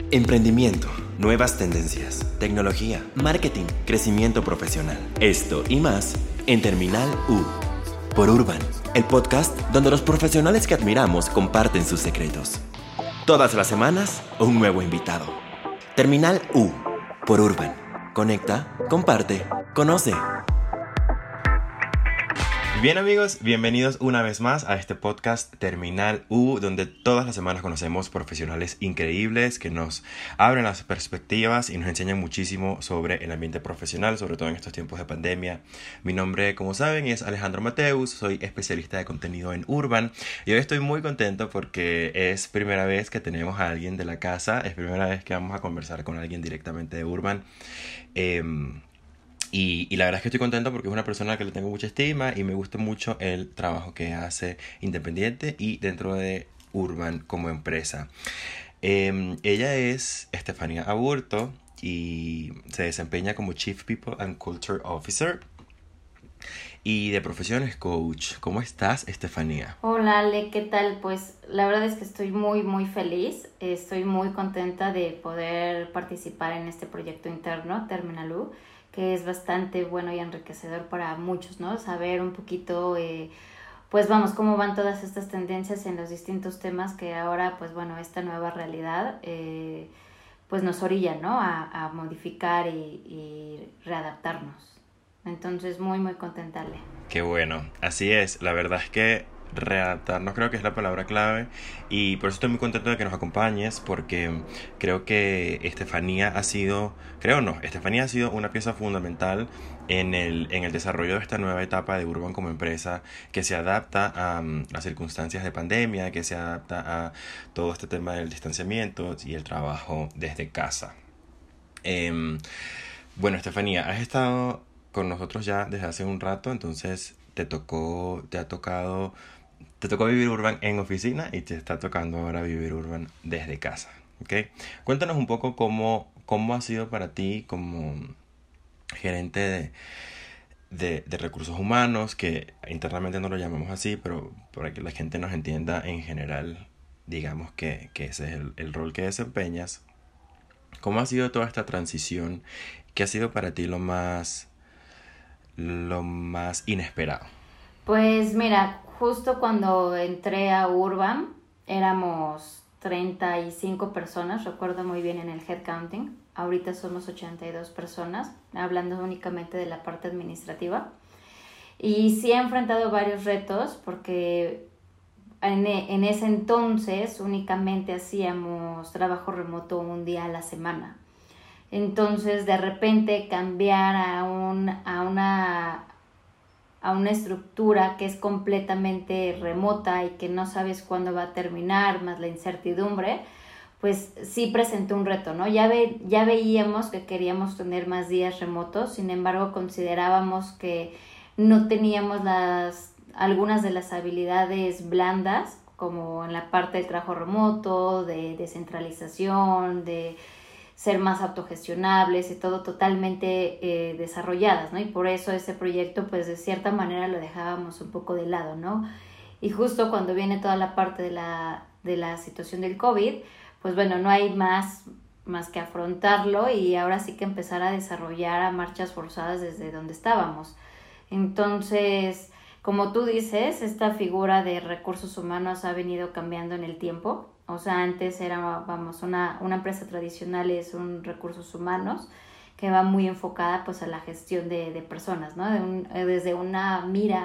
Emprendimiento, nuevas tendencias, tecnología, marketing, crecimiento profesional. Esto y más en Terminal U por Urban, el podcast donde los profesionales que admiramos comparten sus secretos. Todas las semanas, un nuevo invitado. Terminal U por Urban. Conecta, comparte, conoce. Bien amigos, bienvenidos una vez más a este podcast Terminal U, donde todas las semanas conocemos profesionales increíbles que nos abren las perspectivas y nos enseñan muchísimo sobre el ambiente profesional, sobre todo en estos tiempos de pandemia. Mi nombre, como saben, es Alejandro Mateus, soy especialista de contenido en Urban y hoy estoy muy contento porque es primera vez que tenemos a alguien de la casa, es primera vez que vamos a conversar con alguien directamente de Urban. Y la verdad es que estoy contento porque es una persona que le tengo mucha estima y me gusta mucho el trabajo que hace independiente y dentro de Urban como empresa. Ella es Estefanía Aburto y se desempeña como Chief People and Culture Officer y de profesión es coach. ¿Cómo estás, Estefanía? Hola Ale, ¿qué tal? Pues la verdad es que estoy muy feliz, estoy muy contenta de poder participar en este proyecto interno, Terminal U, que es bastante bueno y enriquecedor para muchos, ¿no? Saber un poquito, pues vamos, cómo van todas estas tendencias en los distintos temas que ahora, pues bueno, esta nueva realidad, pues nos orilla, ¿no? A modificar y readaptarnos. Entonces, muy contenta, Ale. Qué bueno, así es, la verdad es que readaptarnos creo que es la palabra clave y por eso estoy muy contento de que nos acompañes porque creo que Estefanía ha sido una pieza fundamental en el desarrollo de esta nueva etapa de Urban como empresa que se adapta a las circunstancias de pandemia, que se adapta a todo este tema del distanciamiento y el trabajo desde casa. Bueno, Estefanía, has estado con nosotros ya desde hace un rato, entonces te tocó vivir Urban en oficina y te está tocando ahora vivir Urban desde casa, ¿ok? Cuéntanos un poco cómo ha sido para ti como gerente de recursos humanos, que internamente no lo llamamos así, pero para que la gente nos entienda en general, digamos que ese es el rol que desempeñas. ¿Cómo ha sido toda esta transición? ¿Qué ha sido para ti lo más inesperado? Pues mira, justo cuando entré a Urban éramos 35 personas, recuerdo muy bien en el headcounting. Ahorita somos 82 personas, hablando únicamente de la parte administrativa. Y sí he enfrentado varios retos porque en ese entonces únicamente hacíamos trabajo remoto un día a la semana. Entonces de repente cambiar a una estructura que es completamente remota y que no sabes cuándo va a terminar, más la incertidumbre, pues sí presentó un reto, ¿no? Ya veíamos que queríamos tener más días remotos, sin embargo considerábamos que no teníamos algunas de las habilidades blandas, como en la parte del trabajo remoto, de descentralización, de ser más autogestionables y todo totalmente desarrolladas, ¿no? Y por eso ese proyecto, pues de cierta manera lo dejábamos un poco de lado, ¿no? Y justo cuando viene toda la parte de la situación del COVID, pues bueno, no hay más que afrontarlo y ahora sí que empezar a desarrollar a marchas forzadas desde donde estábamos. Entonces, como tú dices, esta figura de recursos humanos ha venido cambiando en el tiempo. O sea, antes era, vamos, una empresa tradicional es un recursos humanos que va muy enfocada pues a la gestión de personas, ¿no? Desde una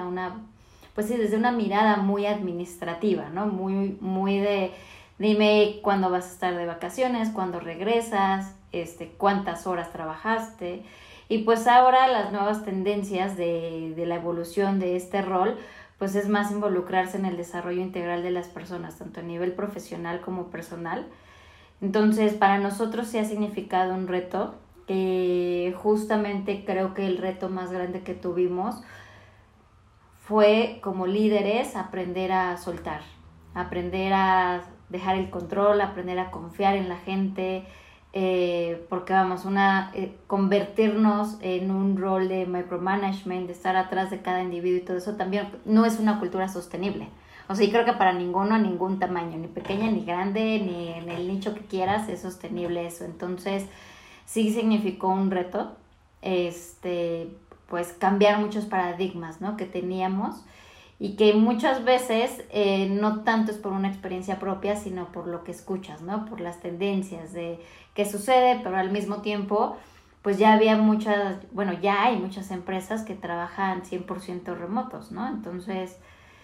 desde una mirada muy administrativa, ¿no? Muy de dime cuándo vas a estar de vacaciones, cuándo regresas, cuántas horas trabajaste. Y pues ahora las nuevas tendencias de la evolución de este rol pues es más involucrarse en el desarrollo integral de las personas, tanto a nivel profesional como personal. Entonces, para nosotros sí ha significado un reto, que justamente creo que el reto más grande que tuvimos fue como líderes aprender a soltar, aprender a dejar el control, aprender a confiar en la gente, porque vamos, convertirnos en un rol de micromanagement, de estar atrás de cada individuo y todo eso también no es una cultura sostenible. O sea, y creo que para ninguno, ningún tamaño, ni pequeña ni grande, ni en el nicho que quieras, es sostenible eso. Entonces, sí significó un reto, pues cambiar muchos paradigmas, ¿no? Que teníamos y que muchas veces no tanto es por una experiencia propia, sino por lo que escuchas, ¿no? Por las tendencias de qué sucede, pero al mismo tiempo, pues ya había ya hay muchas empresas que trabajan 100% remotos, ¿no? Entonces,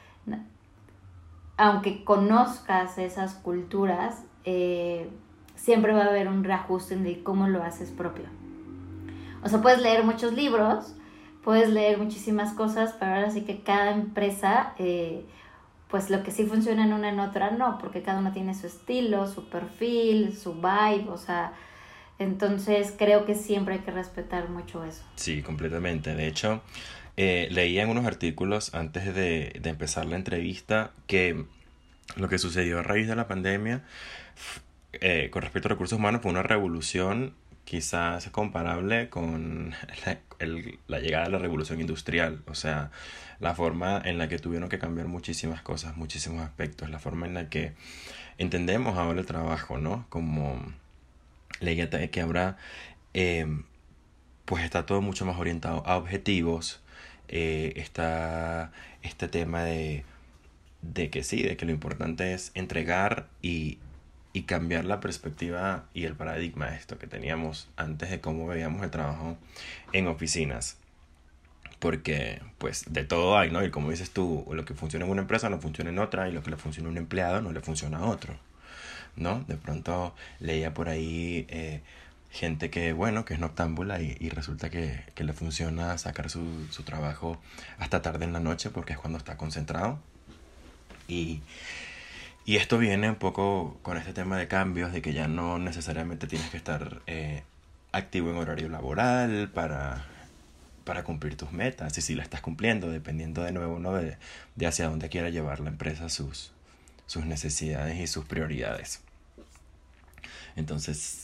aunque conozcas esas culturas, siempre va a haber un reajuste de cómo lo haces propio. O sea, puedes leer muchos libros, puedes leer muchísimas cosas, pero ahora sí que cada empresa, pues lo que sí funciona en una en otra no, porque cada uno tiene su estilo, su perfil, su vibe, o sea, entonces creo que siempre hay que respetar mucho eso. Sí, completamente. De hecho, leía en unos artículos antes de empezar la entrevista que lo que sucedió a raíz de la pandemia con respecto a recursos humanos fue una revolución quizás comparable con la llegada de la revolución industrial. O sea, la forma en la que tuvieron que cambiar muchísimas cosas, muchísimos aspectos, la forma en la que entendemos ahora el trabajo, ¿no? Como leía que ahora eh, pues está todo mucho más orientado a objetivos. Está este tema de que sí, de que lo importante es entregar y cambiar la perspectiva y el paradigma de esto que teníamos antes de cómo veíamos el trabajo en oficinas. Porque pues de todo hay, ¿no? Y como dices tú, lo que funciona en una empresa no funciona en otra y lo que le funciona a un empleado no le funciona a otro, ¿no? De pronto leía por ahí gente que, bueno, que es noctámbula y resulta que le funciona sacar su trabajo hasta tarde en la noche porque es cuando está concentrado. Y, y esto viene un poco con este tema de cambios, de que ya no necesariamente tienes que estar activo en horario laboral para cumplir tus metas. Y si la estás cumpliendo, dependiendo de nuevo, ¿no? De hacia dónde quiera llevar la empresa sus necesidades y sus prioridades. Entonces,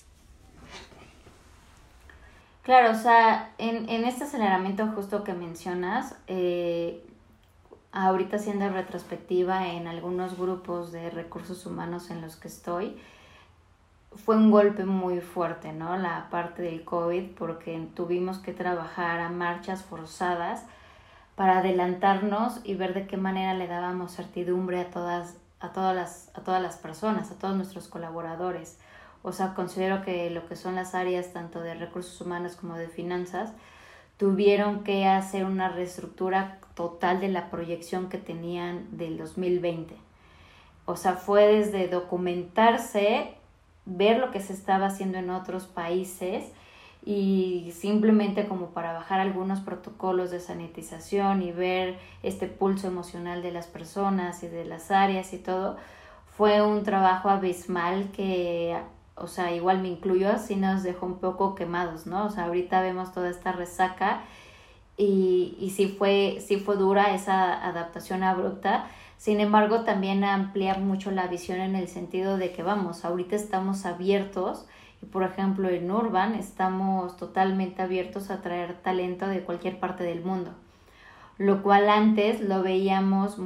Claro, o sea, en este aceleramiento justo que mencionas, ahorita haciendo retrospectiva en algunos grupos de recursos humanos en los que estoy, fue un golpe muy fuerte, ¿no? La parte del COVID, porque tuvimos que trabajar a marchas forzadas para adelantarnos y ver de qué manera le dábamos certidumbre a todas las personas, a todos nuestros colaboradores. O sea, considero que lo que son las áreas tanto de recursos humanos como de finanzas tuvieron que hacer una reestructura total de la proyección que tenían del 2020. O sea, fue desde documentarse, ver lo que se estaba haciendo en otros países y simplemente como para bajar algunos protocolos de sanitización y ver este pulso emocional de las personas y de las áreas y todo, fue un trabajo abismal que, o sea, igual me incluyo, así nos dejó un poco quemados, ¿no? O sea, ahorita vemos toda esta resaca y sí fue dura esa adaptación abrupta. Sin embargo, también amplía mucho la visión en el sentido de que vamos, ahorita estamos abiertos y por ejemplo en Urban estamos totalmente abiertos a traer talento de cualquier parte del mundo, lo cual antes lo veíamos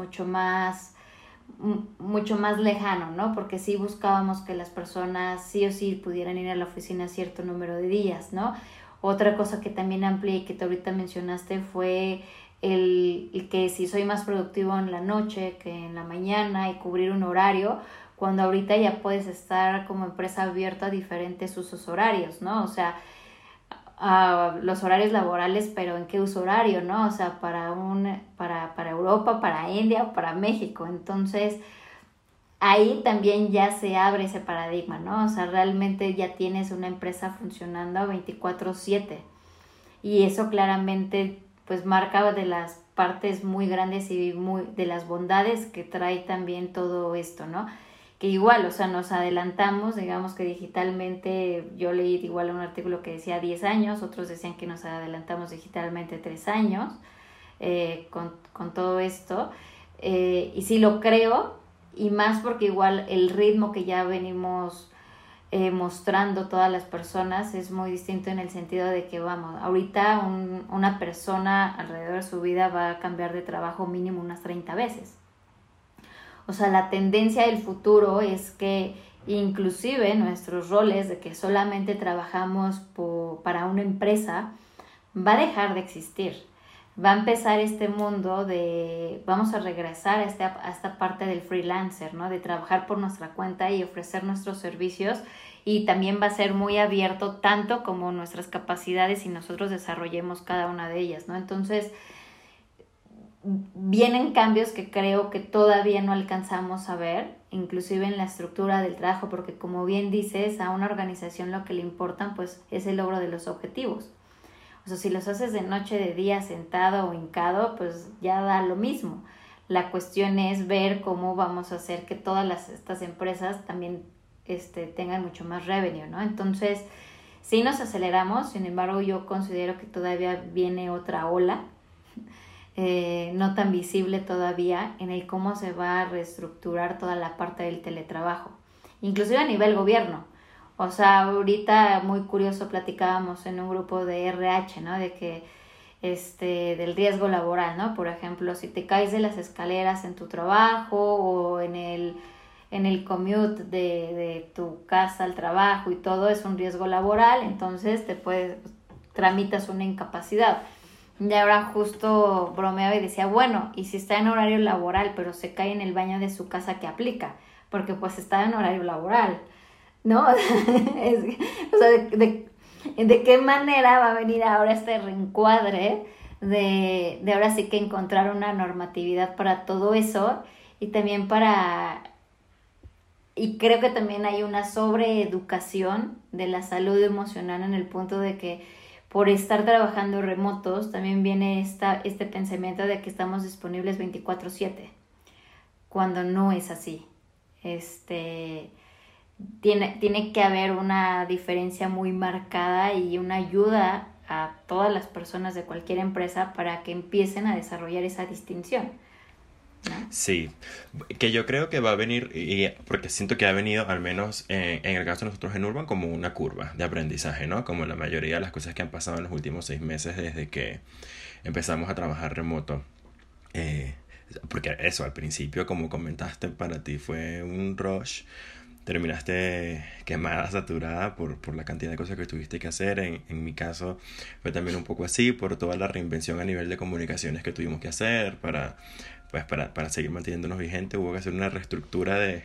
mucho más lejano, ¿no? Porque sí buscábamos que las personas sí o sí pudieran ir a la oficina cierto número de días, ¿no? Otra cosa que también amplié y que tú ahorita mencionaste fue el que si soy más productivo en la noche que en la mañana y cubrir un horario, cuando ahorita ya puedes estar como empresa abierta a diferentes usos horarios, ¿no? O sea, a los horarios laborales, pero ¿en qué uso horario, no? O sea, para Europa, para India o para México. Entonces, ahí también ya se abre ese paradigma, ¿no? O sea, realmente ya tienes una empresa funcionando 24/7 y eso claramente pues marca de las partes muy grandes y muy de las bondades que trae también todo esto, ¿no? Que igual, o sea, nos adelantamos, digamos que digitalmente, yo leí igual un artículo que decía 10 años, otros decían que nos adelantamos digitalmente 3 años con todo esto, y sí lo creo, y más porque igual el ritmo que ya venimos mostrando todas las personas es muy distinto en el sentido de que vamos, ahorita una persona alrededor de su vida va a cambiar de trabajo mínimo unas 30 veces. O sea, la tendencia del futuro es que inclusive nuestros roles de que solamente trabajamos para una empresa va a dejar de existir. Va a empezar este mundo de, vamos a regresar a esta parte del freelancer, ¿no? De trabajar por nuestra cuenta y ofrecer nuestros servicios, y también va a ser muy abierto tanto como nuestras capacidades y nosotros desarrollemos cada una de ellas, ¿no? Entonces, vienen cambios que creo que todavía no alcanzamos a ver, inclusive en la estructura del trabajo, porque como bien dices, a una organización lo que le importan pues es el logro de los objetivos. O sea, si los haces de noche, de día, sentado o hincado, pues ya da lo mismo. La cuestión es ver cómo vamos a hacer que estas empresas también tengan mucho más revenue, ¿no? Entonces, sí nos aceleramos, sin embargo, yo considero que todavía viene otra ola, no tan visible todavía, en el cómo se va a reestructurar toda la parte del teletrabajo, inclusive a nivel gobierno. O sea, ahorita muy curioso platicábamos en un grupo de RH, ¿no? De que del riesgo laboral, ¿no? Por ejemplo, si te caes de las escaleras en tu trabajo o en el commute de tu casa al trabajo y todo, es un riesgo laboral, entonces tramitas una incapacidad. Y ahora justo bromeaba y decía, bueno, y si está en horario laboral, pero se cae en el baño de su casa, ¿qué aplica? Porque pues está en horario laboral, ¿no? O sea, ¿de qué manera va a venir ahora este reencuadre de ahora sí que encontrar una normatividad para todo eso? Y también y creo que también hay una sobreeducación de la salud emocional, en el punto de que por estar trabajando remotos también viene este pensamiento de que estamos disponibles 24/7, cuando no es así. Tiene que haber una diferencia muy marcada y una ayuda a todas las personas de cualquier empresa para que empiecen a desarrollar esa distinción, ¿no? Sí, que yo creo que va a venir, porque siento que ha venido, al menos en el caso de nosotros en Urban, como una curva de aprendizaje, ¿no? Como la mayoría de las cosas que han pasado en los últimos 6 meses desde que empezamos a trabajar remoto. Eh, Porque eso, al principio, como comentaste, para ti fue un rush. Terminaste quemada, saturada por la cantidad de cosas que tuviste que hacer. En mi caso fue también un poco así, por toda la reinvención a nivel de comunicaciones que tuvimos que hacer para seguir manteniéndonos vigentes. Hubo que hacer una reestructura de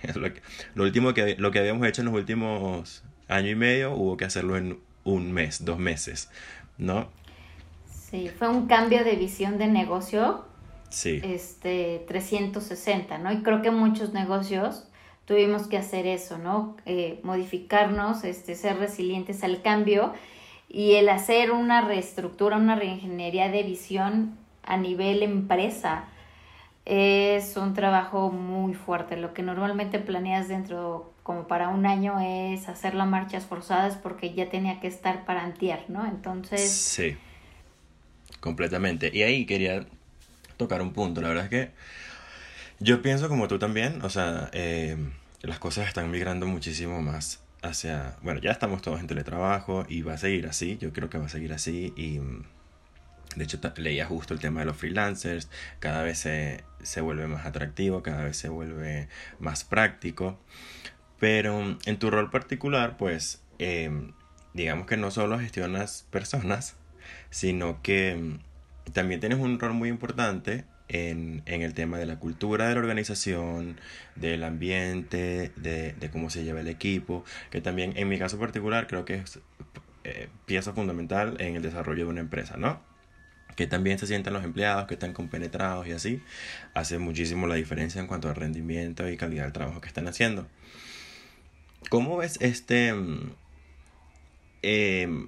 lo que habíamos hecho en los últimos año y medio, hubo que hacerlo en un mes, 2 meses, ¿no? Sí, fue un cambio de visión de negocio, Sí, 360, ¿no? Y creo que muchos negocios tuvimos que hacer eso, ¿no? Modificarnos, ser resilientes al cambio, y el hacer una reestructura, una reingeniería de visión a nivel empresa es un trabajo muy fuerte. Lo que normalmente planeas dentro como para un año es hacerlo a marchas forzadas porque ya tenía que estar para antier, ¿no? Entonces, sí, completamente. Y ahí quería tocar un punto. La verdad es que yo pienso como tú también, o sea, las cosas están migrando muchísimo más hacia, bueno, ya estamos todos en teletrabajo y va a seguir así, yo creo que va a seguir así y de hecho leía justo el tema de los freelancers, cada vez se vuelve más atractivo, cada vez se vuelve más práctico, pero en tu rol particular, pues, digamos que no solo gestionas personas, sino que también tienes un rol muy importante en el tema de la cultura de la organización, del ambiente, de cómo se lleva el equipo, que también en mi caso particular creo que es pieza fundamental en el desarrollo de una empresa, ¿no? Que también se sientan los empleados, que están compenetrados y así, hace muchísimo la diferencia en cuanto al rendimiento y calidad del trabajo que están haciendo. ¿Cómo ves em,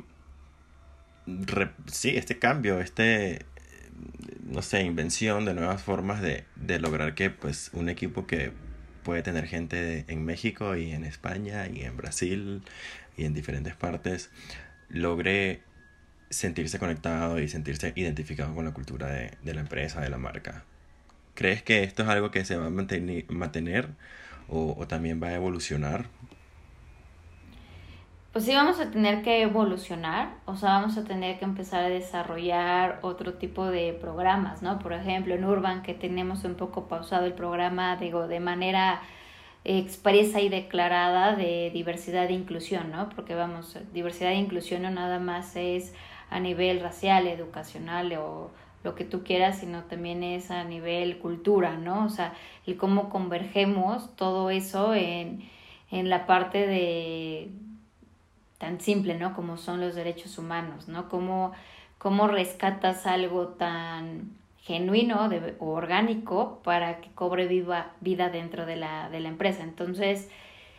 sí, este cambio, no sé, invención de nuevas formas de lograr que pues un equipo que puede tener gente en México y en España y en Brasil y en diferentes partes logre sentirse conectado y sentirse identificado con la cultura de la empresa, de la marca? ¿Crees que esto es algo que se va a mantener o también va a evolucionar? Pues sí, vamos a tener que evolucionar, o sea, vamos a tener que empezar a desarrollar otro tipo de programas, ¿no? Por ejemplo, en Urban, que tenemos un poco pausado el programa, digo, de manera expresa y declarada de diversidad e inclusión, ¿no? Porque vamos, diversidad e inclusión no nada más es a nivel racial, educacional o lo que tú quieras, sino también es a nivel cultura, ¿no? O sea, el cómo convergemos todo eso en la parte de tan simple, ¿no? Como son los derechos humanos, ¿no? Cómo rescatas algo tan genuino o orgánico para que cobre vida dentro de la empresa. Entonces,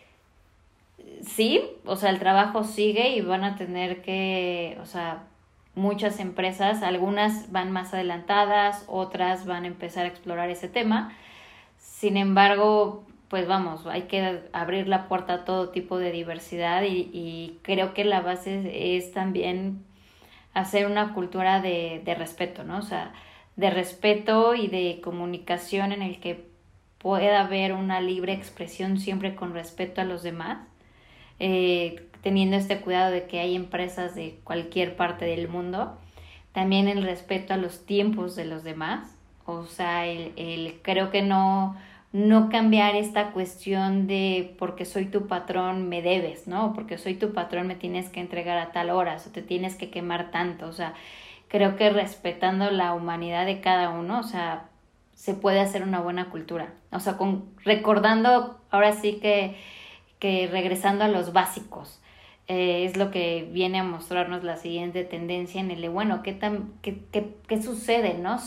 sí, o sea, el trabajo sigue y van a tener que, o sea, muchas empresas, algunas van más adelantadas, otras van a empezar a explorar ese tema. Sin embargo, pues vamos, hay que abrir la puerta a todo tipo de diversidad y creo que la base es también hacer una cultura de respeto, ¿no? O sea, de respeto y de comunicación en el que pueda haber una libre expresión siempre con respeto a los demás, teniendo este cuidado de que hay empresas de cualquier parte del mundo, también el respeto a los tiempos de los demás, o sea, creo que no cambiar esta cuestión de porque soy tu patrón me debes, ¿no? Porque soy tu patrón me tienes que entregar a tal hora, o te tienes que quemar tanto, o sea, creo que respetando la humanidad de cada uno, o sea, se puede hacer una buena cultura, o sea, recordando ahora sí que regresando a los básicos, es lo que viene a mostrarnos la siguiente tendencia en el de, bueno, ¿qué sucede, no?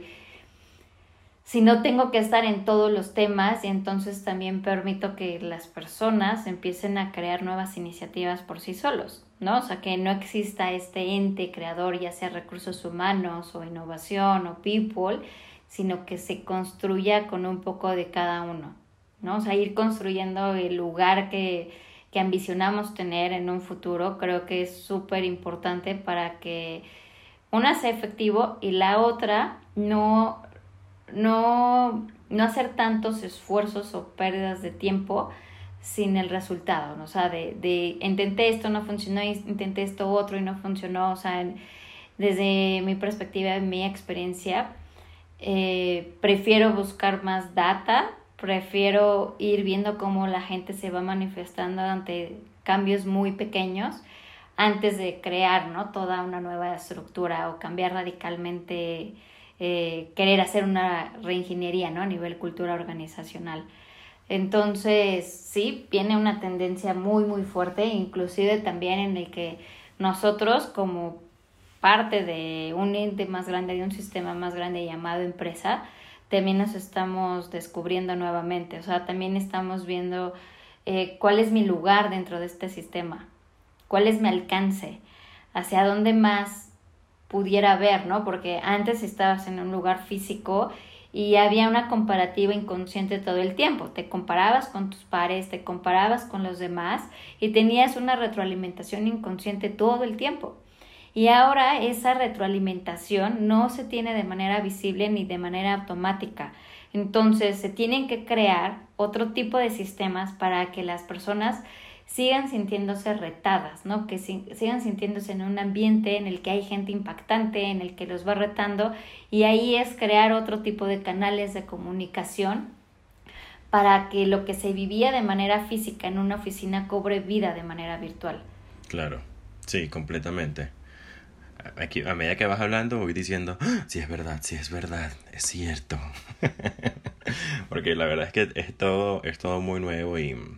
Si no tengo que estar en todos los temas y entonces también permito que las personas empiecen a crear nuevas iniciativas por sí solos, ¿no? O sea, que no exista este ente creador, ya sea recursos humanos o innovación o people, sino que se construya con un poco de cada uno, ¿no? O sea, ir construyendo el lugar que ambicionamos tener en un futuro, creo que es súper importante para que una sea efectivo y la otra no hacer tantos esfuerzos o pérdidas de tiempo sin el resultado, ¿no? O sea, de intenté esto, no funcionó, intenté esto otro y no funcionó, o sea, desde mi perspectiva, mi experiencia, prefiero buscar más data, prefiero ir viendo cómo la gente se va manifestando ante cambios muy pequeños antes de crear, ¿no? Toda una nueva estructura o cambiar radicalmente, querer hacer una reingeniería, ¿no? A nivel cultura organizacional. Entonces, sí, viene una tendencia muy, muy fuerte, inclusive también en el que nosotros como parte de un ente más grande, de un sistema más grande llamado empresa, también nos estamos descubriendo nuevamente, o sea, también estamos viendo cuál es mi lugar dentro de este sistema, cuál es mi alcance, hacia dónde más pudiera ver, ¿no? Porque antes estabas en un lugar físico y había una comparativa inconsciente todo el tiempo. Te comparabas con tus pares, te comparabas con los demás y tenías una retroalimentación inconsciente todo el tiempo. Y ahora esa retroalimentación no se tiene de manera visible ni de manera automática. Entonces se tienen que crear otro tipo de sistemas para que las personas sigan sintiéndose retadas, ¿no? Que sigan sintiéndose en un ambiente en el que hay gente impactante, en el que los va retando, y ahí es crear otro tipo de canales de comunicación para que lo que se vivía de manera física en una oficina cobre vida de manera virtual. Claro, sí, completamente. Aquí, a medida que vas hablando voy diciendo, "Ah, sí es verdad, es cierto." Porque la verdad es que es todo muy nuevo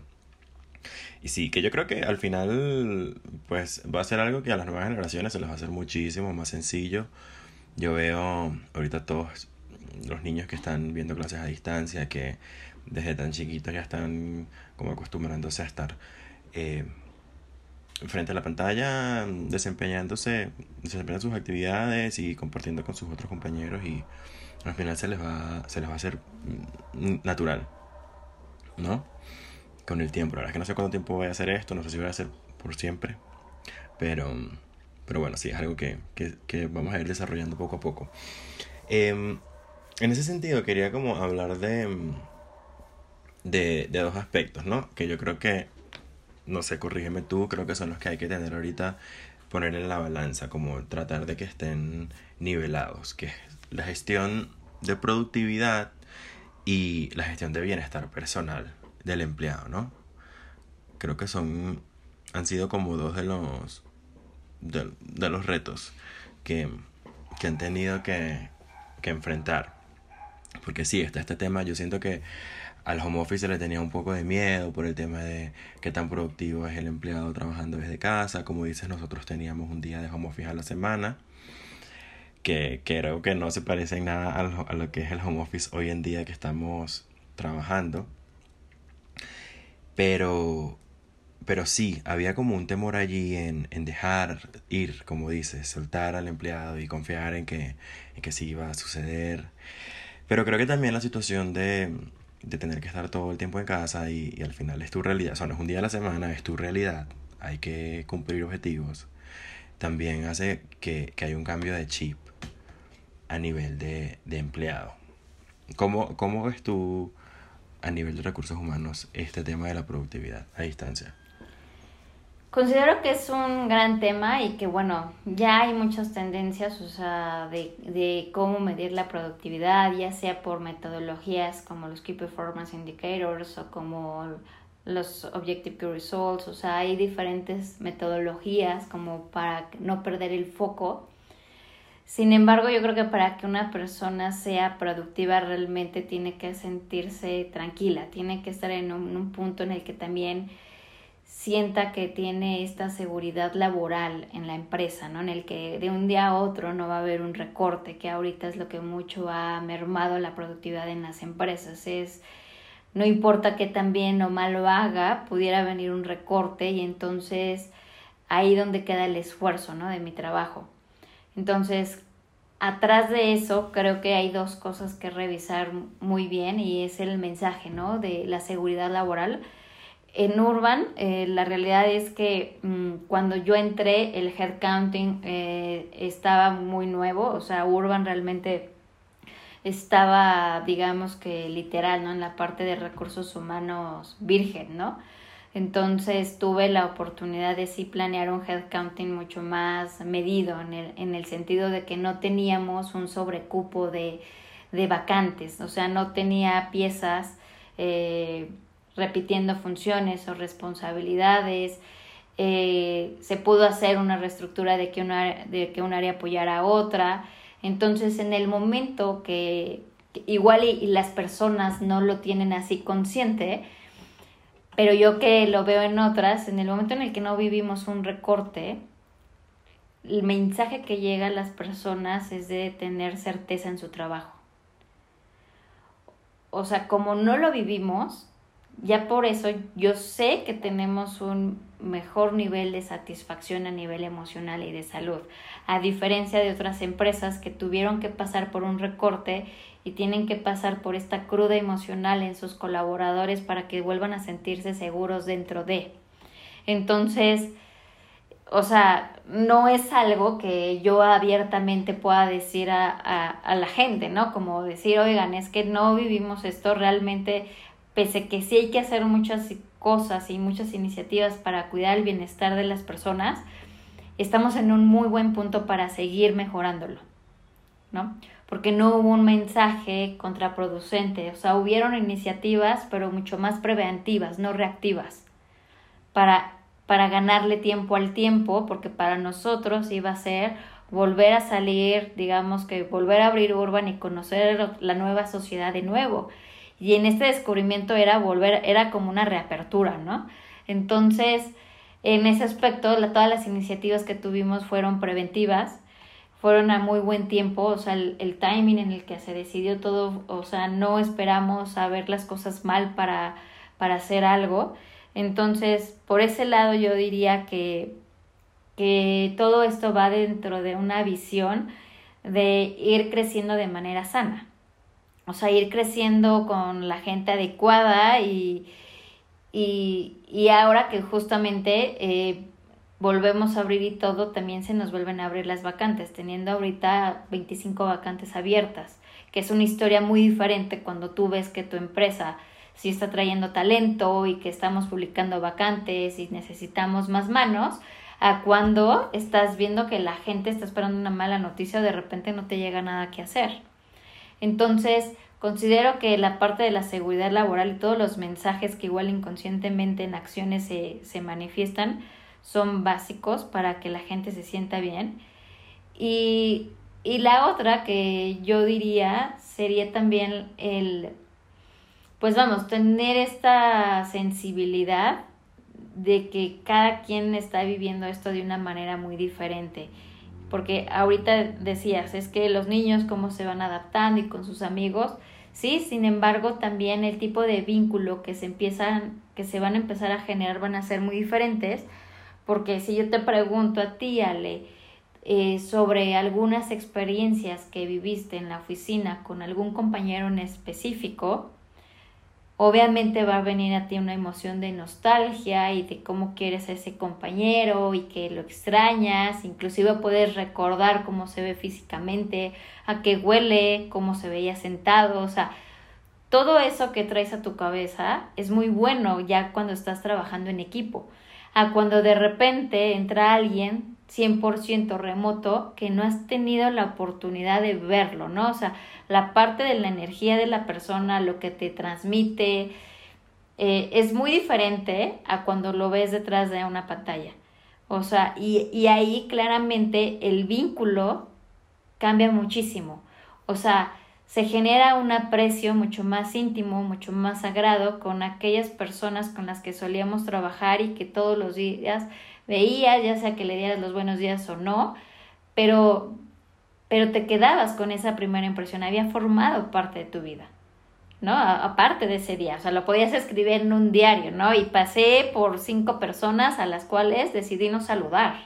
y sí, que yo creo que al final pues va a ser algo que a las nuevas generaciones se les va a hacer muchísimo más sencillo. Yo veo ahorita todos los niños que están viendo clases a distancia, que desde tan chiquitos ya están como acostumbrándose a estar eh, frente a la pantalla, desempeñando sus actividades y compartiendo con sus otros compañeros y al final se les va a hacer natural, ¿no? Con el tiempo. La verdad es que no sé cuánto tiempo voy a hacer esto, no sé si voy a hacer por siempre, pero, pero bueno, sí, es algo que vamos a ir desarrollando poco a poco. En ese sentido quería como hablar de dos aspectos, ¿no? Que yo creo que no sé, corrígeme tú, creo que son los que hay que tener ahorita, poner en la balanza, como tratar de que estén nivelados, que es la gestión de productividad y la gestión de bienestar personal del empleado, ¿no? Creo que han sido como dos de los retos que, que han tenido que enfrentar. Porque sí, está este tema, yo siento que al home office se le tenía un poco de miedo por el tema de qué tan productivo es el empleado trabajando desde casa. Como dices, nosotros teníamos un día de home office a la semana, que creo que no se parece en nada a lo que es el home office hoy en día que estamos trabajando. Pero, pero sí, había como un temor allí en dejar ir, como dices, soltar al empleado y confiar en que sí iba a suceder. Pero creo que también la situación de tener que estar todo el tiempo en casa y al final es tu realidad, o sea, no es un día a la semana, es tu realidad, hay que cumplir objetivos, también hace que haya un cambio de chip a nivel de empleado. ¿Cómo ves tú a nivel de recursos humanos este tema de la productividad a distancia? Considero que es un gran tema y que, bueno, ya hay muchas tendencias, o sea, de cómo medir la productividad, ya sea por metodologías como los Key Performance Indicators o como los Objective Key Results, o sea, hay diferentes metodologías como para no perder el foco. Sin embargo, yo creo que para que una persona sea productiva realmente tiene que sentirse tranquila, tiene que estar en un punto en el que también sienta que tiene esta seguridad laboral en la empresa, ¿no? En el que de un día a otro no va a haber un recorte, que ahorita es lo que mucho ha mermado la productividad en las empresas. No importa que tan bien o mal lo haga, pudiera venir un recorte y entonces ahí donde queda el esfuerzo, ¿no? De mi trabajo. Entonces, atrás de eso creo que hay dos cosas que revisar muy bien y es el mensaje, ¿no? De la seguridad laboral. En Urban, la realidad es que cuando yo entré, el headcounting estaba muy nuevo, o sea, Urban realmente estaba, digamos que literal, ¿no? En la parte de recursos humanos virgen, ¿no? Entonces tuve la oportunidad de sí planear un headcounting mucho más medido en el sentido de que no teníamos un sobrecupo de vacantes, o sea, no tenía piezas repitiendo funciones o responsabilidades. Se pudo hacer una reestructura de que un área apoyara a otra. Entonces, en el momento que igual y las personas no lo tienen así consciente, pero yo que lo veo en otras, en el momento en el que no vivimos un recorte, el mensaje que llega a las personas es de tener certeza en su trabajo. O sea, como no lo vivimos, ya por eso yo sé que tenemos un mejor nivel de satisfacción a nivel emocional y de salud, a diferencia de otras empresas que tuvieron que pasar por un recorte y tienen que pasar por esta cruda emocional en sus colaboradores para que vuelvan a sentirse seguros dentro de. Entonces, o sea, no es algo que yo abiertamente pueda decir a la gente, ¿no? Como decir, oigan, es que no vivimos esto realmente, pese que sí hay que hacer muchas cosas y muchas iniciativas para cuidar el bienestar de las personas, estamos en un muy buen punto para seguir mejorándolo, ¿no? Porque no hubo un mensaje contraproducente, o sea, hubieron iniciativas, pero mucho más preventivas, no reactivas, para ganarle tiempo al tiempo, porque para nosotros iba a ser volver a salir, digamos que volver a abrir Urban y conocer la nueva sociedad de nuevo. Y en este descubrimiento era como una reapertura, ¿no? Entonces, en ese aspecto, todas las iniciativas que tuvimos fueron preventivas, fueron a muy buen tiempo, o sea, el timing en el que se decidió todo, o sea, no esperamos a ver las cosas mal para hacer algo. Entonces, por ese lado yo diría que todo esto va dentro de una visión de ir creciendo de manera sana. O sea, ir creciendo con la gente adecuada y ahora que justamente volvemos a abrir y todo, también se nos vuelven a abrir las vacantes, teniendo ahorita 25 vacantes abiertas, que es una historia muy diferente cuando tú ves que tu empresa sí está trayendo talento y que estamos publicando vacantes y necesitamos más manos, a cuando estás viendo que la gente está esperando una mala noticia o de repente no te llega nada que hacer. Entonces, considero que la parte de la seguridad laboral y todos los mensajes que igual inconscientemente en acciones se manifiestan son básicos para que la gente se sienta bien. Y la otra que yo diría sería también pues vamos, tener esta sensibilidad de que cada quien está viviendo esto de una manera muy diferente. Porque ahorita decías, es que los niños cómo se van adaptando y con sus amigos, sí, sin embargo también el tipo de vínculo que se van a empezar a generar van a ser muy diferentes, porque si yo te pregunto a ti, Ale, sobre algunas experiencias que viviste en la oficina con algún compañero en específico, obviamente va a venir a ti una emoción de nostalgia y de cómo quieres a ese compañero y que lo extrañas, inclusive puedes recordar cómo se ve físicamente, a qué huele, cómo se veía sentado, o sea, todo eso que traes a tu cabeza es muy bueno ya cuando estás trabajando en equipo, a cuando de repente entra alguien 100% remoto que no has tenido la oportunidad de verlo, ¿no? O sea, la parte de la energía de la persona, lo que te transmite, es muy diferente a cuando lo ves detrás de una pantalla. O sea, y ahí claramente el vínculo cambia muchísimo. O sea, se genera un aprecio mucho más íntimo, mucho más sagrado con aquellas personas con las que solíamos trabajar y que todos los días veías, ya sea que le dieras los buenos días o no, pero te quedabas con esa primera impresión, había formado parte de tu vida, ¿no? Aparte de ese día, o sea, lo podías escribir en un diario, ¿no? Y pasé por 5 personas a las cuales decidí no saludar.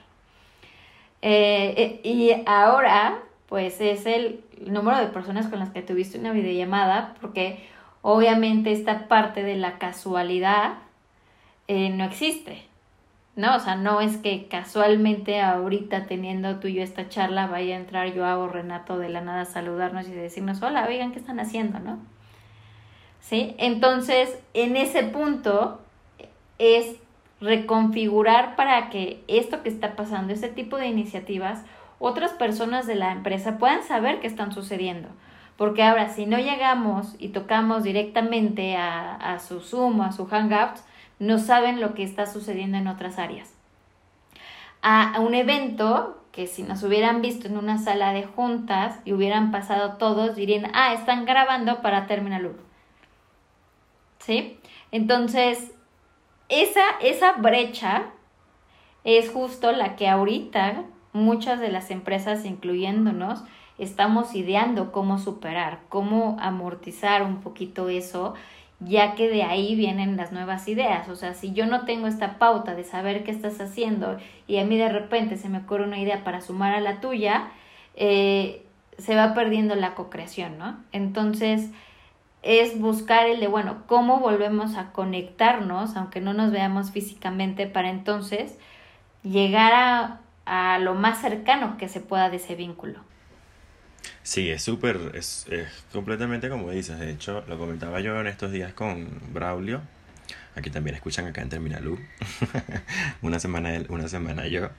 Y ahora, pues es el número de personas con las que tuviste una videollamada, porque obviamente esta parte de la casualidad no existe, ¿no? O sea, no es que casualmente ahorita teniendo tú y yo esta charla vaya a entrar yo o Renato de la nada a saludarnos y decirnos, hola, oigan, ¿qué están haciendo, no? ¿Sí? Entonces, en ese punto es reconfigurar para que esto que está pasando, este tipo de iniciativas, otras personas de la empresa puedan saber qué están sucediendo. Porque ahora, si no llegamos y tocamos directamente a su Zoom o a su Hangouts, no saben lo que está sucediendo en otras áreas. A un evento que si nos hubieran visto en una sala de juntas y hubieran pasado todos, dirían, están grabando para Terminal U. ¿Sí? Entonces, esa brecha es justo la que ahorita muchas de las empresas, incluyéndonos, estamos ideando cómo superar, cómo amortizar un poquito eso, ya que de ahí vienen las nuevas ideas. O sea, si yo no tengo esta pauta de saber qué estás haciendo y a mí de repente se me ocurre una idea para sumar a la tuya, se va perdiendo la co-creación, ¿no? Entonces, es buscar el de, bueno, cómo volvemos a conectarnos, aunque no nos veamos físicamente, para entonces llegar a lo más cercano que se pueda de ese vínculo. Sí, es súper, es completamente como dices. De hecho, lo comentaba yo en estos días con Braulio. Aquí también escuchan acá en Terminal U. Una semana él, una semana yo.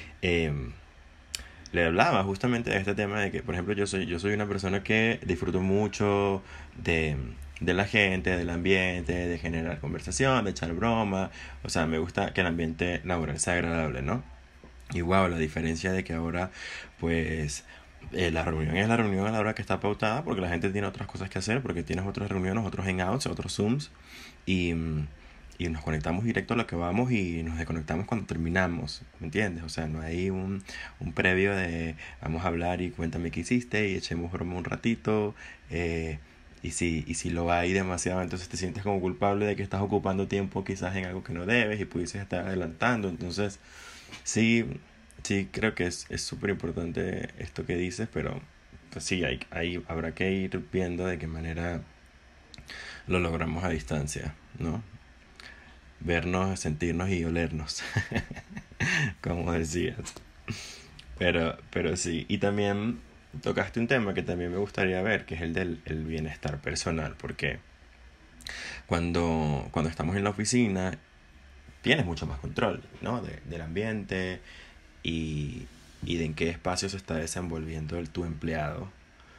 Le hablaba justamente de este tema de que, por ejemplo, yo soy una persona que disfruto mucho de la gente, del ambiente, de generar conversación, de echar broma. O sea, me gusta que el ambiente laboral sea agradable, ¿no? Y wow, la diferencia de que ahora, pues, la reunión es la reunión a la hora que está pautada, porque la gente tiene otras cosas que hacer, porque tienes otras reuniones, otros hangouts, otros Zooms, y, y nos conectamos directo a lo que vamos y nos desconectamos cuando terminamos, ¿me entiendes? O sea, no hay un previo de vamos a hablar y cuéntame qué hiciste y echemos broma un ratito, y si lo hay demasiado, entonces te sientes como culpable de que estás ocupando tiempo quizás en algo que no debes y pudieses estar adelantando. Entonces, sí, sí, creo que es súper importante esto que dices, pero pues sí, habrá que ir viendo de qué manera lo logramos a distancia, ¿no? Vernos, sentirnos y olernos, como decías. Pero sí, y también tocaste un tema que también me gustaría ver, que es el del bienestar personal, porque Cuando estamos en la oficina, tienes mucho más control, ¿no? Del ambiente y de en qué espacio se está desenvolviendo tu empleado.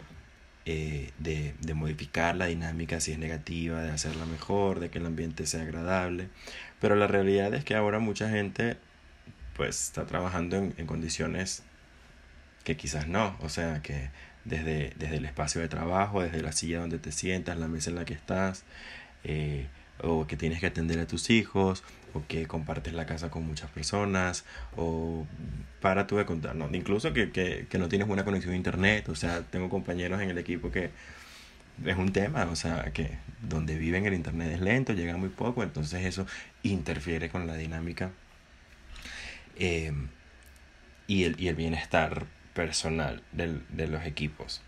De modificar la dinámica si es negativa, de hacerla mejor, de que el ambiente sea agradable. Pero la realidad es que ahora mucha gente pues está trabajando en condiciones que quizás no, o sea que desde el espacio de trabajo, desde la silla donde te sientas, la mesa en la que estás, eh, o que tienes que atender a tus hijos, o que compartes la casa con muchas personas, o para tú de contar, ¿no? Incluso que no tienes buena conexión a internet, o sea, tengo compañeros en el equipo que es un tema, o sea, que donde viven el internet es lento, llega muy poco, entonces eso interfiere con la dinámica eh, y el bienestar personal de los equipos.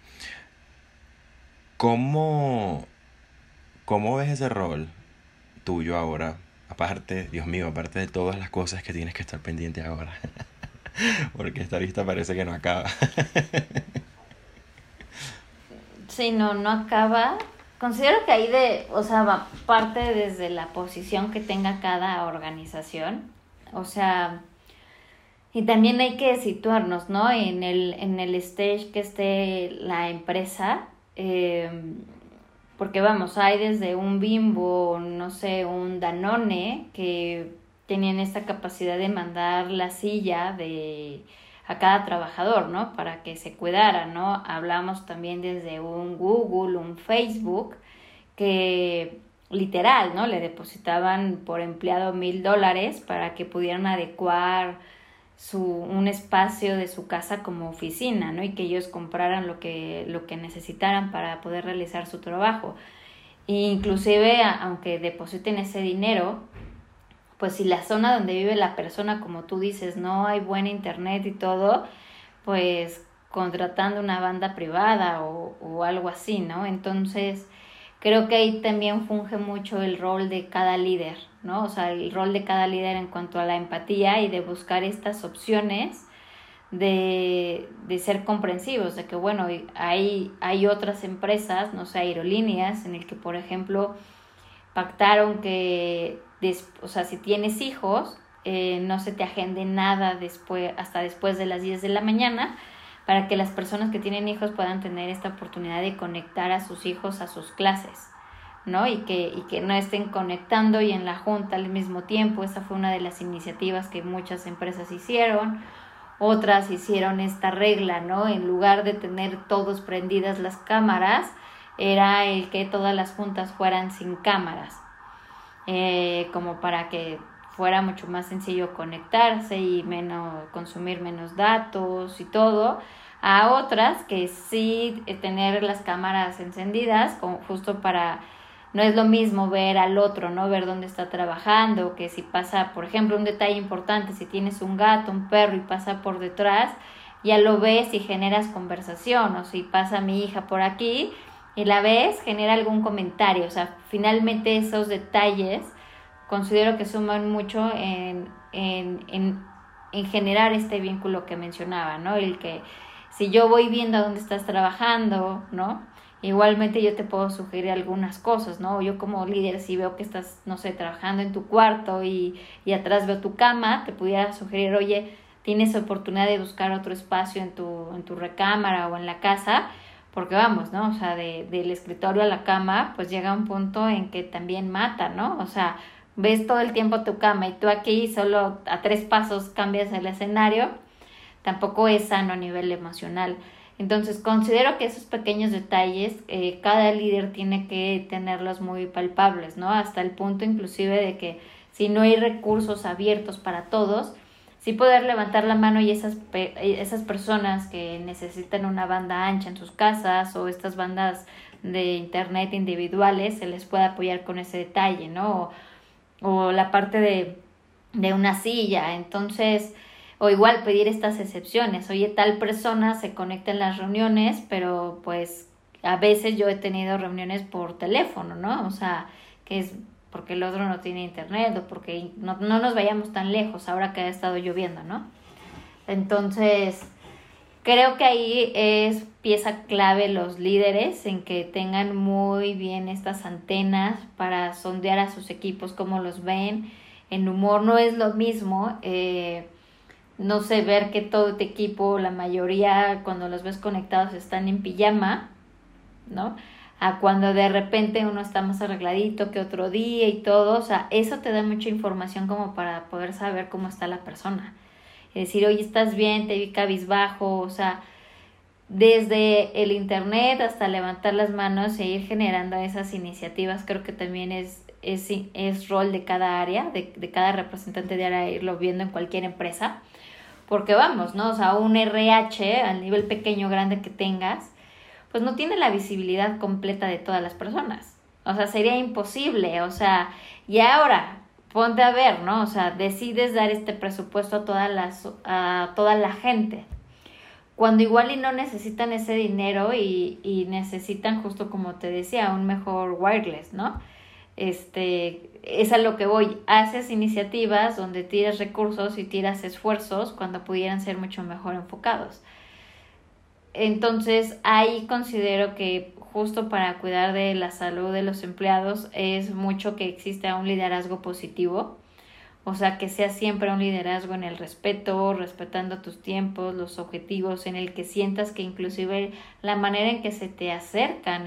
¿Cómo, ¿Cómo ves ese rol tuyo ahora? Aparte, Dios mío, aparte de todas las cosas que tienes que estar pendiente ahora. Porque esta lista parece que no acaba. Sí, no, no acaba. Considero que ahí o sea, parte desde la posición que tenga cada organización. O sea, y también hay que situarnos, ¿no? En el stage que esté la empresa. Porque vamos, hay desde un Bimbo, no sé, un Danone, que tenían esta capacidad de mandar la silla a cada trabajador, ¿no? Para que se cuidara, ¿no? Hablamos también desde un Google, un Facebook, que literal, ¿no? Le depositaban por empleado $1,000 para que pudieran adecuar un espacio de su casa como oficina, ¿no? Y que ellos compraran lo que necesitaran para poder realizar su trabajo. E inclusive, aunque depositen ese dinero, pues si la zona donde vive la persona, como tú dices, no hay buen internet y todo, pues contratando una banda privada o algo así, ¿no? Entonces, creo que ahí también funge mucho el rol de cada líder, ¿no? O sea, el rol de cada líder en cuanto a la empatía y de buscar estas opciones de ser comprensivos, de que, bueno, hay otras empresas, no sé, aerolíneas, en el que, por ejemplo, pactaron que, o sea, si tienes hijos, no se te agende nada hasta después de las 10 de la mañana, para que las personas que tienen hijos puedan tener esta oportunidad de conectar a sus hijos a sus clases, ¿no? Y que no estén conectando y en la junta al mismo tiempo. Esa fue una de las iniciativas que muchas empresas hicieron. Otras hicieron esta regla, ¿no? En lugar de tener todos prendidas las cámaras, era el que todas las juntas fueran sin cámaras, como para que fuera mucho más sencillo conectarse y consumir menos datos y todo. A otras que sí tener las cámaras encendidas, justo para, no es lo mismo ver al otro, ¿no? Ver dónde está trabajando, que si pasa, por ejemplo, un detalle importante, si tienes un gato, un perro y pasa por detrás, ya lo ves y generas conversación, o si pasa mi hija por aquí y la ves, genera algún comentario. O sea, finalmente esos detalles considero que suman mucho en generar este vínculo que mencionaba, ¿no? El que si yo voy viendo a dónde estás trabajando, ¿no? Igualmente yo te puedo sugerir algunas cosas, ¿no? Yo como líder, si veo que estás, no sé, trabajando en tu cuarto y atrás veo tu cama, te pudiera sugerir, oye, tienes oportunidad de buscar otro espacio en tu recámara o en la casa, porque vamos, ¿no? O sea, del escritorio a la cama, pues llega un punto en que también mata, ¿no? O sea, ves todo el tiempo tu cama y tú aquí solo a 3 pasos cambias el escenario, tampoco es sano a nivel emocional. Entonces considero que esos pequeños detalles, cada líder tiene que tenerlos muy palpables, ¿no? Hasta el punto inclusive de que si no hay recursos abiertos para todos, sí poder levantar la mano y esas personas que necesitan una banda ancha en sus casas o estas bandas de internet individuales, se les puede apoyar con ese detalle, ¿no? O la parte de una silla. Entonces, o igual pedir estas excepciones. Oye, tal persona se conecta en las reuniones, pero pues a veces yo he tenido reuniones por teléfono, ¿no? O sea, que es porque el otro no tiene internet o porque no nos vayamos tan lejos ahora que ha estado lloviendo, ¿no? Entonces, Creo que ahí es pieza clave los líderes en que tengan muy bien estas antenas para sondear a sus equipos, cómo los ven. En humor no es lo mismo, no sé, ver que todo tu equipo, la mayoría cuando los ves conectados están en pijama, ¿no? A cuando de repente uno está más arregladito que otro día y todo, o sea, eso te da mucha información como para poder saber cómo está la persona. Es decir, oye, ¿estás bien? Te vi cabizbajo, o sea, desde el internet hasta levantar las manos e ir generando esas iniciativas, creo que también es rol de cada área, de cada representante de área irlo viendo en cualquier empresa, porque vamos, ¿no? O sea, un RH al nivel pequeño o grande que tengas, pues no tiene la visibilidad completa de todas las personas. O sea, sería imposible, o sea, y ahora ponte a ver, ¿no? O sea, decides dar este presupuesto a toda la gente, cuando igual y no necesitan ese dinero y necesitan, justo como te decía, un mejor wireless, ¿no? Es a lo que voy. Haces iniciativas donde tiras recursos y tiras esfuerzos cuando pudieran ser mucho mejor enfocados. Entonces, ahí considero que justo para cuidar de la salud de los empleados es mucho que exista un liderazgo positivo, o sea, que sea siempre un liderazgo en el respeto, respetando tus tiempos, los objetivos, en el que sientas que inclusive la manera en que se te acercan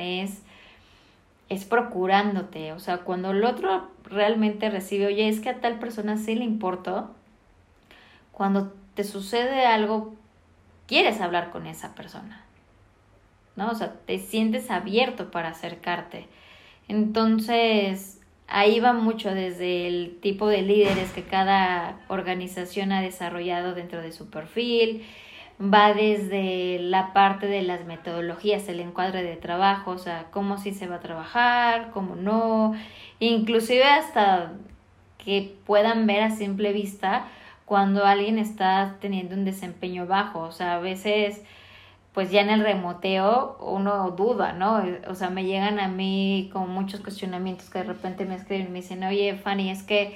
es procurándote. O sea, cuando el otro realmente recibe, oye, es que a tal persona sí le importó, cuando te sucede algo, quieres hablar con esa persona, ¿no? O sea, te sientes abierto para acercarte. Entonces, ahí va mucho desde el tipo de líderes que cada organización ha desarrollado dentro de su perfil, va desde la parte de las metodologías, el encuadre de trabajo, o sea, cómo sí se va a trabajar, cómo no, inclusive hasta que puedan ver a simple vista cuando alguien está teniendo un desempeño bajo, o sea, a veces pues ya en el remoteo uno duda, ¿no? O sea, me llegan a mí con muchos cuestionamientos que de repente me escriben y me dicen, oye, Fanny, es que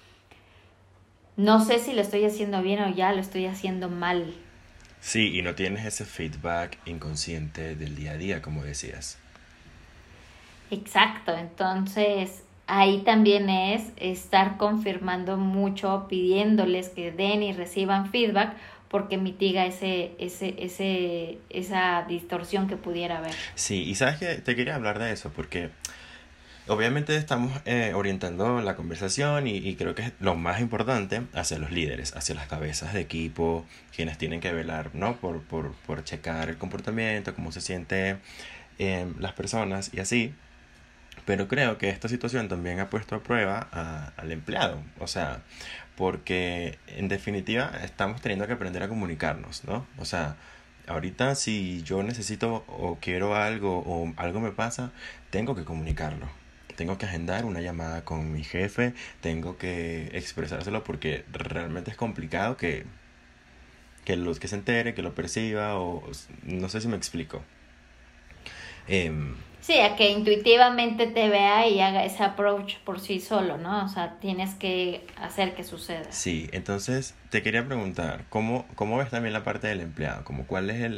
no sé si lo estoy haciendo bien o ya lo estoy haciendo mal. Sí, y no tienes ese feedback inconsciente del día a día, como decías. Exacto, entonces ahí también es estar confirmando mucho, pidiéndoles que den y reciban feedback porque mitiga esa distorsión que pudiera haber. Sí, y sabes que te quería hablar de eso, porque obviamente estamos orientando la conversación y creo que es lo más importante hacia los líderes, hacia las cabezas de equipo, quienes tienen que velar, ¿no? Por checar el comportamiento, cómo se siente las personas y así. Pero creo que esta situación también ha puesto a prueba al empleado. O sea, porque en definitiva estamos teniendo que aprender a comunicarnos, ¿no? O sea, ahorita si yo necesito o quiero algo o algo me pasa, tengo que comunicarlo. Tengo que agendar una llamada con mi jefe, tengo que expresárselo porque realmente es complicado que se entere, que lo perciba o no sé si me explico. Em, Sí, a que intuitivamente te vea y haga ese approach por sí solo, ¿no? O sea, tienes que hacer que suceda. Sí, entonces te quería preguntar, ¿cómo ves también la parte del empleado? Como cuál es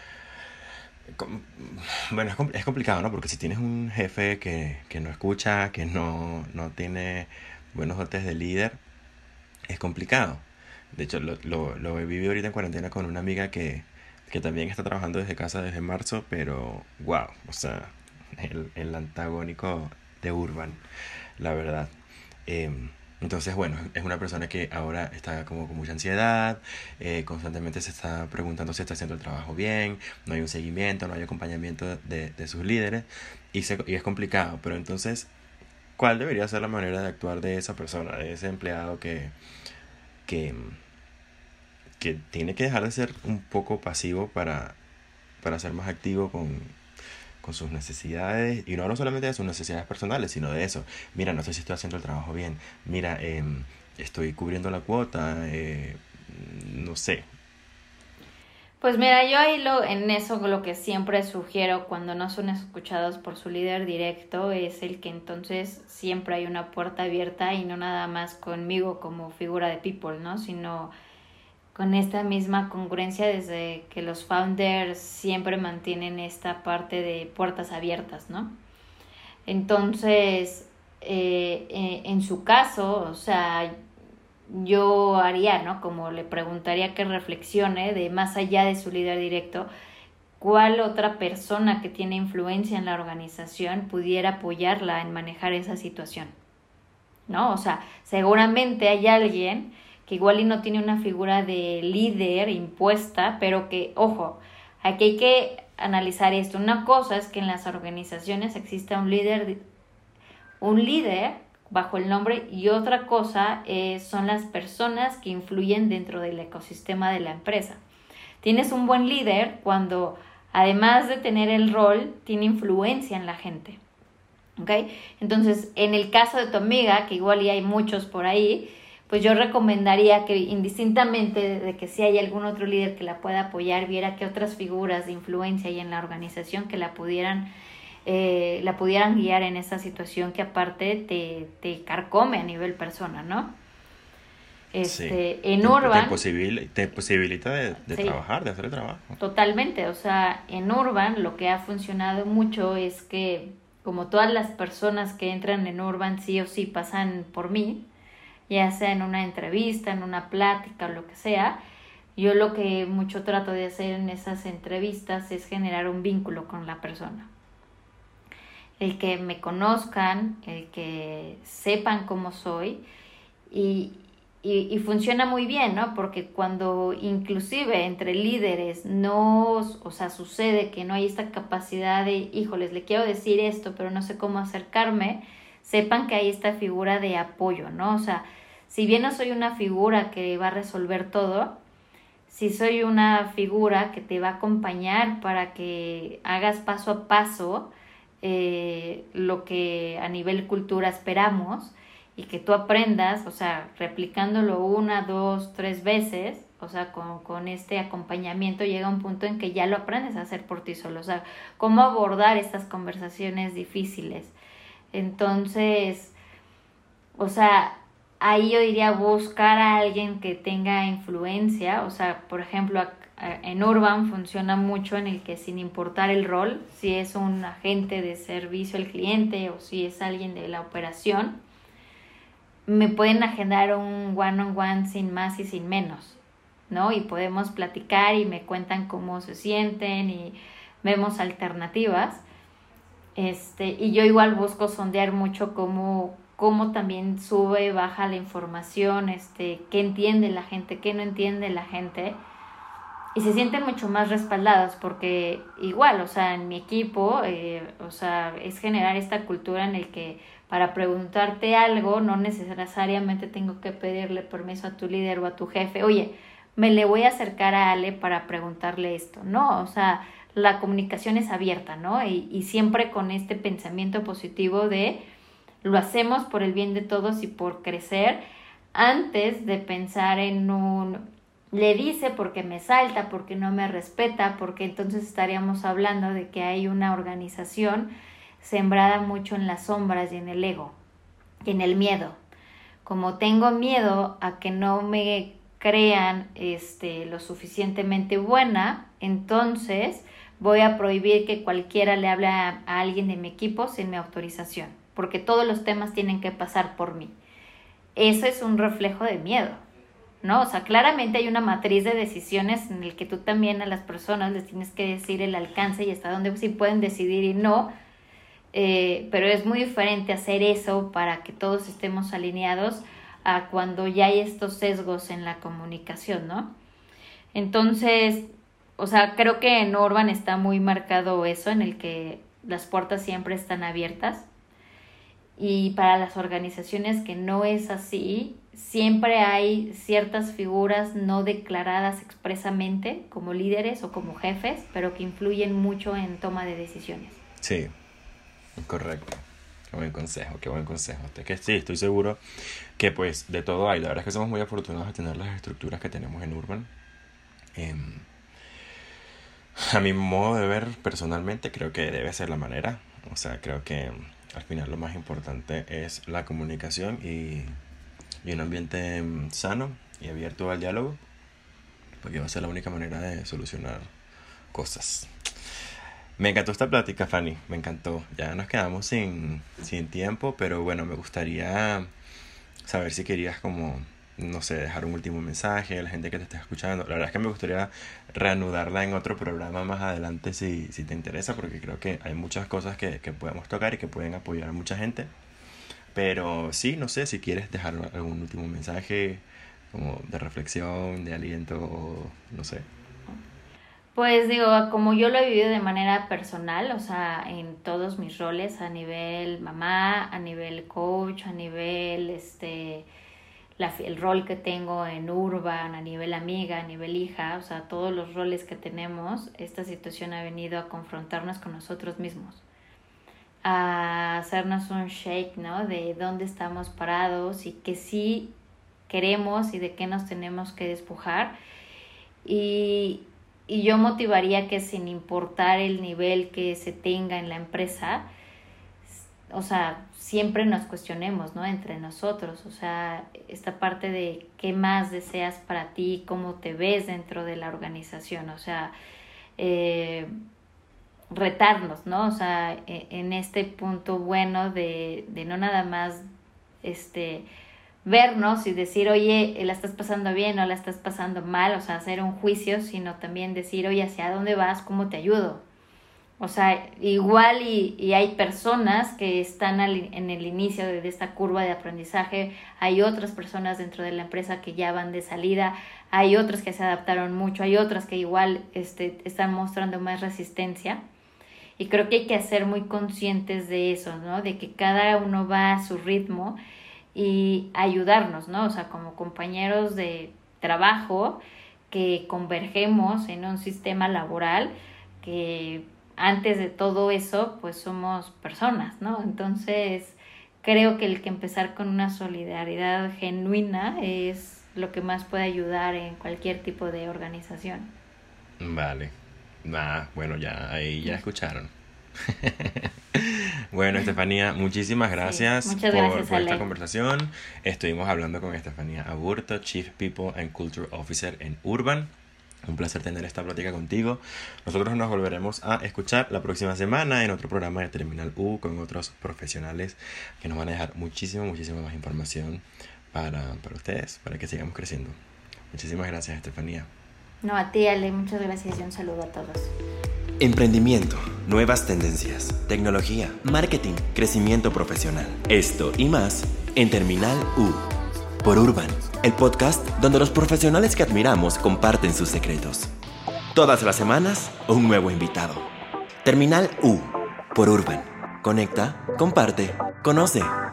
com- bueno, es complicado, ¿no? Porque si tienes un jefe que no escucha, que no tiene buenos dotes de líder, es complicado. De hecho, lo he vivido ahorita en cuarentena con una amiga que también está trabajando desde casa desde marzo, pero wow, o sea, el antagónico de Urban, la verdad. Entonces, bueno, es una persona que ahora está como con mucha ansiedad, constantemente se está preguntando si está haciendo el trabajo bien, no hay un seguimiento, no hay acompañamiento de sus líderes y es complicado. Pero entonces, ¿cuál debería ser la manera de actuar de esa persona, de ese empleado que, que tiene que dejar de ser un poco pasivo para ser más activo con sus necesidades y no solamente de sus necesidades personales, sino de eso? Mira, no sé si estoy haciendo el trabajo bien. Mira, estoy cubriendo la cuota. No sé. Pues mira, yo ahí en eso lo que siempre sugiero cuando no son escuchados por su líder directo es el que entonces siempre hay una puerta abierta y no nada más conmigo como figura de people, ¿no? Sino con esta misma congruencia desde que los founders siempre mantienen esta parte de puertas abiertas, ¿no? Entonces, en su caso, o sea, yo haría, ¿no? Como le preguntaría que reflexione de más allá de su líder directo, cuál otra persona que tiene influencia en la organización pudiera apoyarla en manejar esa situación, ¿no? O sea, seguramente hay alguien que igual y no tiene una figura de líder impuesta, pero que, ojo, aquí hay que analizar esto. Una cosa es que en las organizaciones exista un líder bajo el nombre, y otra cosa son las personas que influyen dentro del ecosistema de la empresa. Tienes un buen líder cuando, además de tener el rol, tiene influencia en la gente. ¿Ok? Entonces, en el caso de tu amiga, que igual y hay muchos por ahí, pues yo recomendaría que indistintamente de que si hay algún otro líder que la pueda apoyar, viera qué otras figuras de influencia hay en la organización que la pudieran guiar en esa situación que aparte te carcome a nivel persona, ¿no? Sí. En Urban... Te posibilita de sí, trabajar, de hacer el trabajo. Totalmente, o sea, en Urban lo que ha funcionado mucho es que como todas las personas que entran en Urban sí o sí pasan por mí, ya sea en una entrevista, en una plática o lo que sea, yo lo que mucho trato de hacer en esas entrevistas es generar un vínculo con la persona. El que me conozcan, el que sepan cómo soy, y funciona muy bien, ¿no? Porque cuando inclusive entre líderes no, o sea, sucede que no hay esta capacidad de, híjoles, le quiero decir esto, pero no sé cómo acercarme, sepan que hay esta figura de apoyo, ¿no? O sea, si bien no soy una figura que va a resolver todo, sí soy una figura que te va a acompañar para que hagas paso a paso lo que a nivel cultura esperamos, y que tú aprendas, o sea, replicándolo 1, 2, 3 veces, o sea, con este acompañamiento llega un punto en que ya lo aprendes a hacer por ti solo, o sea, cómo abordar estas conversaciones difíciles. Entonces, o sea, ahí yo diría buscar a alguien que tenga influencia, o sea, por ejemplo, en Urban funciona mucho en el que sin importar el rol, si es un agente de servicio al cliente o si es alguien de la operación, me pueden agendar un one-on-one sin más y sin menos, ¿no? Y podemos platicar y me cuentan cómo se sienten y vemos alternativas. Y yo igual busco sondear mucho cómo también sube, baja la información, qué entiende la gente, qué no entiende la gente, y se sienten mucho más respaldados, porque igual, o sea, en mi equipo, o sea, es generar esta cultura en el que para preguntarte algo no necesariamente tengo que pedirle permiso a tu líder o a tu jefe, oye, me le voy a acercar a Ale para preguntarle esto, ¿no? O sea, la comunicación es abierta, ¿no? Y siempre con este pensamiento positivo de lo hacemos por el bien de todos y por crecer, antes de pensar en le dice porque me salta, porque no me respeta, porque entonces estaríamos hablando de que hay una organización sembrada mucho en las sombras y en el ego y en el miedo. Como tengo miedo a que no me crean lo suficientemente buena, entonces voy a prohibir que cualquiera le hable a alguien de mi equipo sin mi autorización, porque todos los temas tienen que pasar por mí. Eso es un reflejo de miedo, ¿no? O sea, claramente hay una matriz de decisiones en el que tú también a las personas les tienes que decir el alcance y hasta dónde sí pueden decidir y no, pero es muy diferente hacer eso para que todos estemos alineados a cuando ya hay estos sesgos en la comunicación, ¿no? Entonces, o sea, creo que en Urban está muy marcado eso, en el que las puertas siempre están abiertas, y para las organizaciones que no es así, siempre hay ciertas figuras no declaradas expresamente como líderes o como jefes, pero que influyen mucho en toma de decisiones. Sí, correcto. Qué buen consejo, qué buen consejo. Que sí, estoy seguro que pues de todo hay. La verdad es que somos muy afortunados de tener las estructuras que tenemos en Urban. A mi modo de ver personalmente creo que debe ser la manera. O sea, creo que al final lo más importante es la comunicación y un ambiente sano y abierto al diálogo. porque va a ser la única manera de solucionar cosas. Me encantó esta plática, Fanny, me encantó. Ya nos quedamos sin tiempo, pero bueno, me gustaría saber si querías como, no sé, dejar un último mensaje a la gente que te esté escuchando. La verdad es que me gustaría reanudarla en otro programa más adelante si te interesa, porque creo que hay muchas cosas que podemos tocar y que pueden apoyar a mucha gente. Pero sí, no sé si quieres dejar algún último mensaje como de reflexión, de aliento, o no sé. Pues digo, como yo lo he vivido de manera personal, o sea, en todos mis roles, a nivel mamá, a nivel coach, a nivel el rol que tengo en Urban, a nivel amiga, a nivel hija, o sea, todos los roles que tenemos, esta situación ha venido a confrontarnos con nosotros mismos, a hacernos un shake, ¿no? De dónde estamos parados y qué sí queremos y de qué nos tenemos que despojar. Y yo motivaría que sin importar el nivel que se tenga en la empresa, o sea, siempre nos cuestionemos, ¿no? Entre nosotros, o sea, esta parte de qué más deseas para ti, cómo te ves dentro de la organización, o sea, retarnos, ¿no? O sea, en este punto bueno de no nada más, vernos y decir, oye, la estás pasando bien o la estás pasando mal, o sea, hacer un juicio, sino también decir, oye, ¿hacia dónde vas? ¿Cómo te ayudo? O sea, igual y hay personas que están en el inicio de esta curva de aprendizaje, hay otras personas dentro de la empresa que ya van de salida, hay otras que se adaptaron mucho, hay otras que igual están mostrando más resistencia. Y creo que hay que ser muy conscientes de eso, ¿no? De que cada uno va a su ritmo y ayudarnos, ¿no? O sea, como compañeros de trabajo que convergemos en un sistema laboral que antes de todo eso, pues somos personas, ¿no? Entonces, creo que el que empezar con una solidaridad genuina es lo que más puede ayudar en cualquier tipo de organización. Vale. Bueno, ya ahí ya escucharon. Bueno, Estefanía, muchísimas gracias, sí, muchas gracias por Ale. esta conversación. Estuvimos hablando con Estefanía Aburto, Chief People and Culture Officer en Urban. Un placer tener esta plática contigo. Nosotros nos volveremos a escuchar la próxima semana en otro programa de Terminal U con otros profesionales que nos van a dejar muchísima más información para ustedes, para que sigamos creciendo. Muchísimas gracias, Estefanía. No, a ti, Ale, muchas gracias y un saludo a todos. Emprendimiento, nuevas tendencias, tecnología, marketing, crecimiento profesional. Esto y más en Terminal U por Urban, el podcast donde los profesionales que admiramos comparten sus secretos. Todas las semanas, un nuevo invitado. Terminal U por Urban. Conecta, comparte, conoce.